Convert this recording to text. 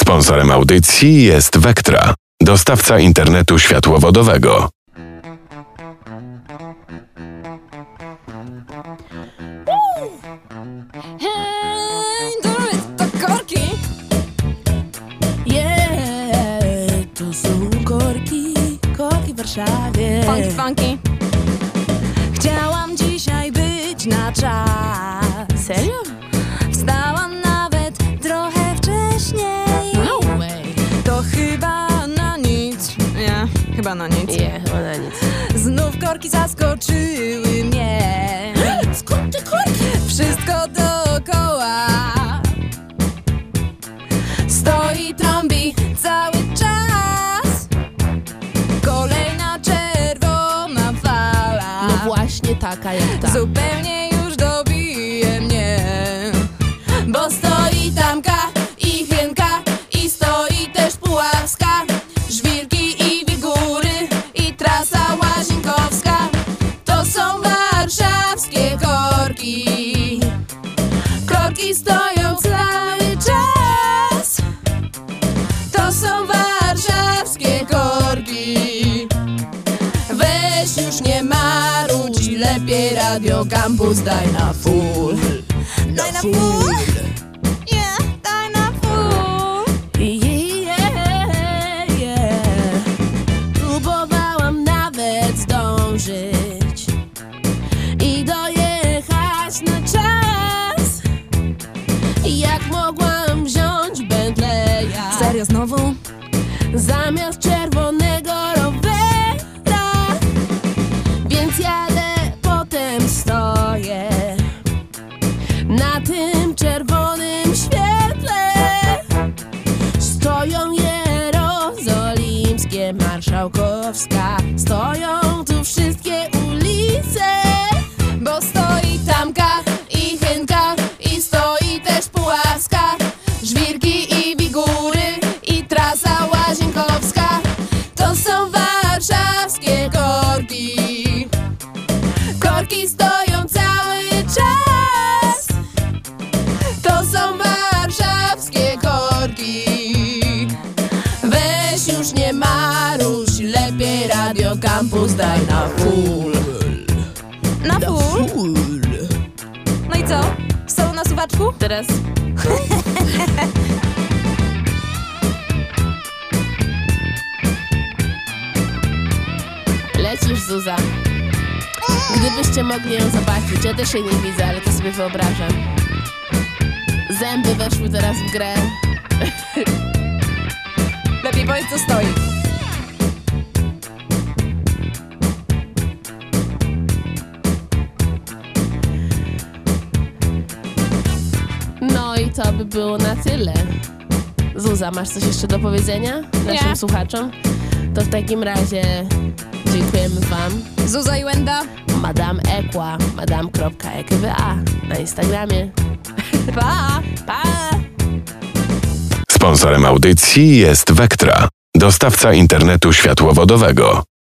Sponsorem audycji jest Vectra, dostawca internetu światłowodowego. To korki. To są korki w Warszawie. Funky. Chciałam dzisiaj być na czas. Serio? Wstałam nawet trochę wcześniej. No way. To chyba na nic. Nie, chyba na nic. Chyba na nic. Znów korki zaskoczyły mnie. Skąd te korki? Wszystko dookoła stoi, trąbi cały czas. Kolejna czerwona fala. No właśnie taka jak ta. Zupełnie już dobije mnie. Bo stoi tamka i chynka, i stoi też Puławska, Żwirki i Wigury, i trasa Łazienkowska. To są warszawskie korki. Korki stoją cały czas. To są warszawskie korki. Weź już nie marudź, lepiej Radio Campus daj na full. Daj na full? Yeah, daj na full. Próbowałam nawet zdążyć i dojechać na czas. Jak mogłam wziąć Bentleya? Serio znowu? Zamiast czerwonego rowera. Więc jadę, potem stoję na tym czerwonym świetle. Stoją Jerozolimskie, Marszałkowska, stoją tu wszystkie ulice. Bo stoi tamka i chynka, i stoi też Puławska, Żwirki i Wigury, i trasa Łazienkowska. To są warszawskie korki. Korki stoją cały czas. To są warszawskie korki. Weź już nie maruś, lepiej Radio Campus daj na full. Na full? No i co? Są na suwaczku? Teraz lecisz, Zuza. Gdybyście mogli ją zobaczyć, ja też jej nie widzę, ale to sobie wyobrażam. Zęby weszły teraz w grę. Lepiej powiedz, co stoi. No i to by było na tyle. Zuza, masz coś jeszcze do powiedzenia naszym Nie. słuchaczom? To w takim razie dziękujemy wam. Zuza i Łęda. Madame Ekła, madame.ekwa na Instagramie. Pa! Pa! Sponsorem audycji jest Vectra, dostawca internetu światłowodowego.